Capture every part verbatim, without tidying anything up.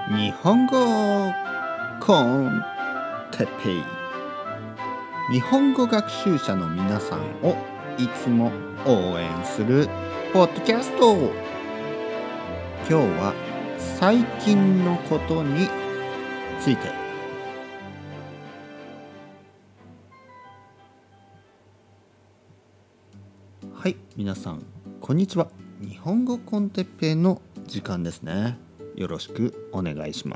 日本語コンテッペイ、日本語学習者の皆さんをいつも応援するポッドキャスト。今日は最近のことについて。はい、皆さんこんにちは。日本語コンテッペイの時間ですね。よろしくお願いします。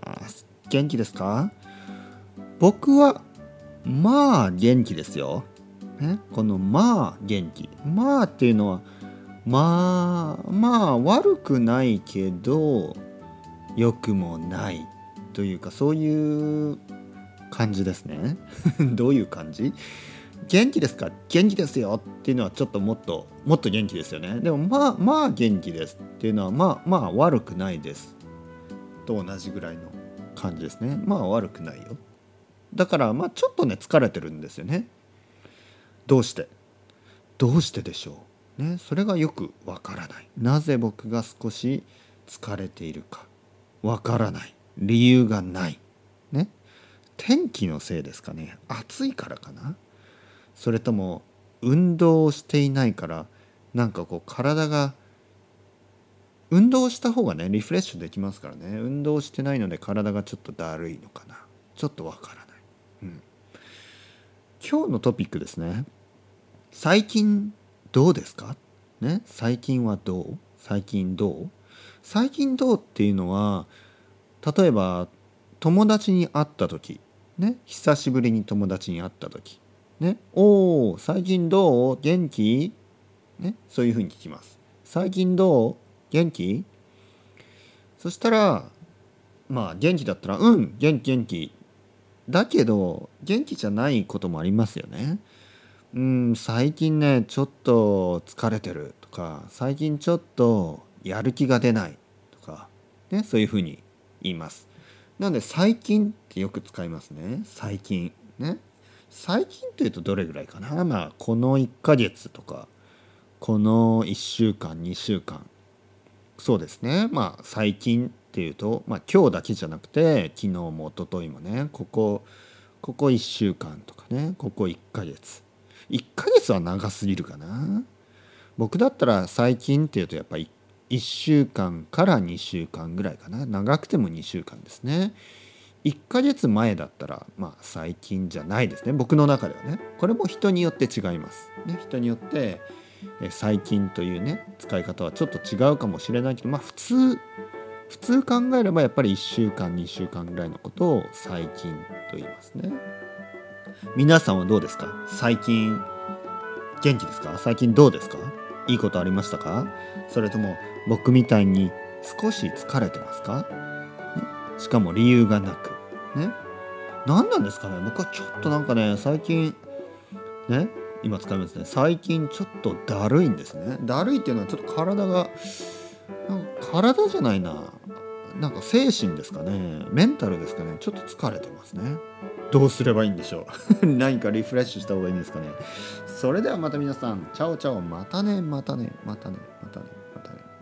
元気ですか？僕はまあ元気ですよ、ね、このまあ元気、まあっていうのはまあまあ悪くないけど良くもないというか、そういう感じですねどういう感じ？元気ですか？元気ですよっていうのはちょっともっともっと元気ですよね。でもまあまあ元気ですっていうのはまあまあ悪くないですと同じぐらいの感じですね。まあ悪くないよ。だからまあちょっとね疲れてるんですよね。どうしてどうしてでしょうね。それがよくわからない。なぜ僕が少し疲れているかわからない。理由がないね。天気のせいですかね。暑いからかな。それとも運動をしていないから、なんかこう体が、運動した方がねリフレッシュできますからね。運動してないので体がちょっとだるいのかな。ちょっとわからない、うん、今日のトピックですね。最近どうですかね。最近はどう最近どう最近どうっていうのは、例えば友達に会った時ね、久しぶりに友達に会った時ね、おー最近どう元気ね、そういうふうに聞きます。最近どう元気？そしたらまあ元気だったらうん元気元気だけど、元気じゃないこともありますよね。うん最近ねちょっと疲れてるとか、最近ちょっとやる気が出ないとかね、そういうふうに言います。なので最近ってよく使いますね。最近ね。最近というとどれぐらいかな。まあこのいっかげつとか、このいっしゅうかんにしゅうかん、そうですね。まあ最近っていうと、まあ今日だけじゃなくて昨日も一昨日もね、ここここいっしゅうかんとかね、ここいっかげつ、いっかげつは長すぎるかな。僕だったら最近っていうとやっぱりいっしゅうかんからにしゅうかんぐらいかな。長くてもにしゅうかんですね。いっかげつまえだったらまあ最近じゃないですね、僕の中ではね。これも人によって違います、ね、人によってえ最近というね使い方はちょっと違うかもしれないけど、まあ普通普通考えればやっぱりいっしゅうかんにしゅうかんぐらいのことを最近と言いますね。皆さんはどうですか？最近元気ですか？最近どうですか？いいことありましたか？それとも僕みたいに少し疲れてますか？ね、しかも理由がなくね。何なんですかね。僕はちょっとなんかね最近ね、今使いますね。最近ちょっとだるいんですね。だるいっていうのはちょっと体が、なんか体じゃないな、なんか精神ですかね、メンタルですかね。ちょっと疲れてますね。どうすればいいんでしょう何かリフレッシュした方がいいんですかね。それではまた皆さん、チャオチャオ、またねまたねまたねまたねまたね。